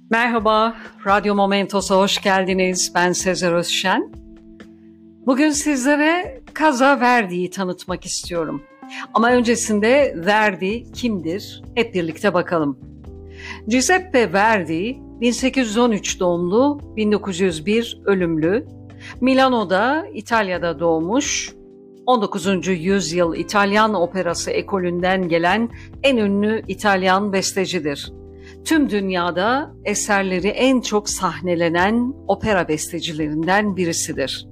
Merhaba, Radyo Momentos'a hoş geldiniz. Ben Sezer Özşen. Bugün sizlere Casa Verdi'yi tanıtmak istiyorum. Ama öncesinde Verdi kimdir? Hep birlikte bakalım. Giuseppe Verdi, 1813 doğumlu, 1901 ölümlü. Milano'da, İtalya'da doğmuş. 19. yüzyıl İtalyan operası ekolünden gelen en ünlü İtalyan bestecidir. Tüm dünyada eserleri en çok sahnelenen opera bestecilerinden birisidir.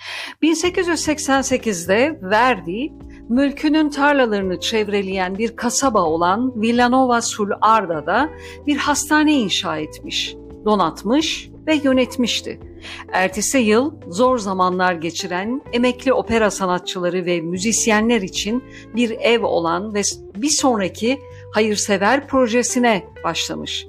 1888'de Verdi, mülkünün tarlalarını çevreleyen bir kasaba olan Villanova sul Arda'da bir hastane inşa etmiş, donatmış ve yönetmişti. Ertesi yıl zor zamanlar geçiren emekli opera sanatçıları ve müzisyenler için bir ev olan ve bir sonraki hayırsever projesine başlamış.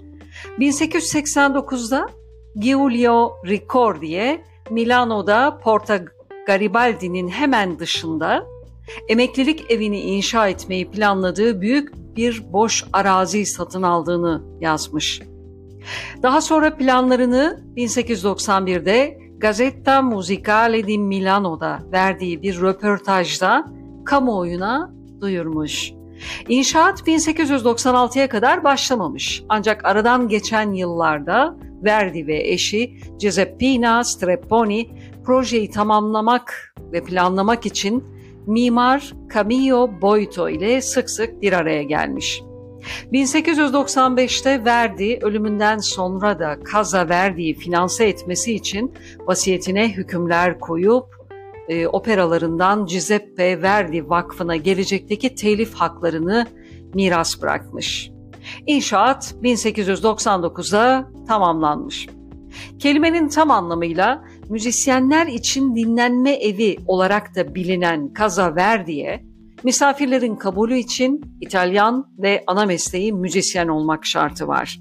1889'da Giulio Ricordi'ye Milano'da Porta Garibaldi'nin hemen dışında emeklilik evini inşa etmeyi planladığı büyük bir boş arazi satın aldığını yazmış. Daha sonra planlarını 1891'de Gazzetta Musicale di Milano'da verdiği bir röportajda kamuoyuna duyurmuş. İnşaat 1896'ya kadar başlamamış. Ancak aradan geçen yıllarda Verdi ve eşi Giuseppina Strepponi projeyi tamamlamak ve planlamak için mimar Camillo Boito ile sık sık bir araya gelmiş. 1895'te Verdi ölümünden sonra da Casa Verdi'yi finanse etmesi için vasiyetine hükümler koyup operalarından Giuseppe Verdi Vakfı'na gelecekteki telif haklarını miras bırakmış. İnşaat 1899'da tamamlanmış. Kelimenin tam anlamıyla müzisyenler için dinlenme evi olarak da bilinen Casa Verdi'ye misafirlerin kabulü için İtalyan ve ana mesleği müzisyen olmak şartı var.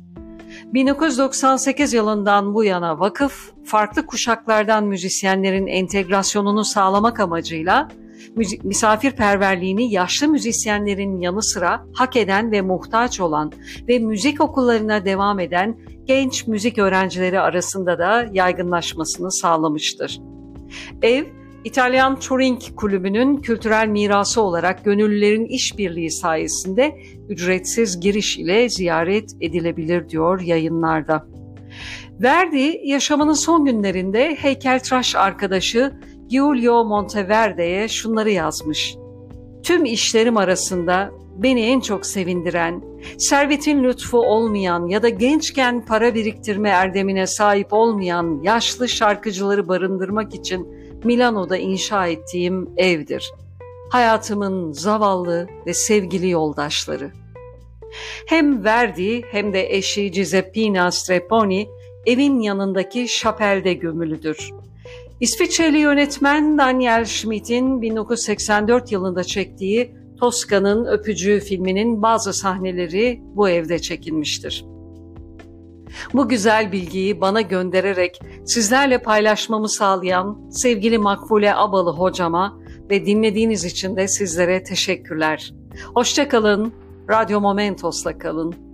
1998 yılından bu yana vakıf, farklı kuşaklardan müzisyenlerin entegrasyonunu sağlamak amacıyla misafirperverliğini yaşlı müzisyenlerin yanı sıra hak eden ve muhtaç olan ve müzik okullarına devam eden genç müzik öğrencileri arasında da yaygınlaşmasını sağlamıştır. Ev, İtalyan Touring Kulübü'nün kültürel mirası olarak gönüllülerin işbirliği sayesinde ücretsiz giriş ile ziyaret edilebilir diyor yayınlarda. Verdi yaşamının son günlerinde heykeltıraş arkadaşı Giulio Monteverdi'ye şunları yazmış. Tüm işlerim arasında beni en çok sevindiren, servetin lütfu olmayan ya da gençken para biriktirme erdemine sahip olmayan yaşlı şarkıcıları barındırmak için Milano'da inşa ettiğim evdir. Hayatımın zavallı ve sevgili yoldaşları. Hem Verdi hem de eşi Giuseppina Strepponi evin yanındaki şapelde gömülüdür. İsviçreli yönetmen Daniel Schmidt'in 1984 yılında çektiği Toska'nın Öpücüğü filminin bazı sahneleri bu evde çekilmiştir. Bu güzel bilgiyi bana göndererek sizlerle paylaşmamı sağlayan sevgili Makbule Abalı hocama ve dinlediğiniz için de sizlere teşekkürler. Hoşça kalın, Radyo Momentos'la kalın.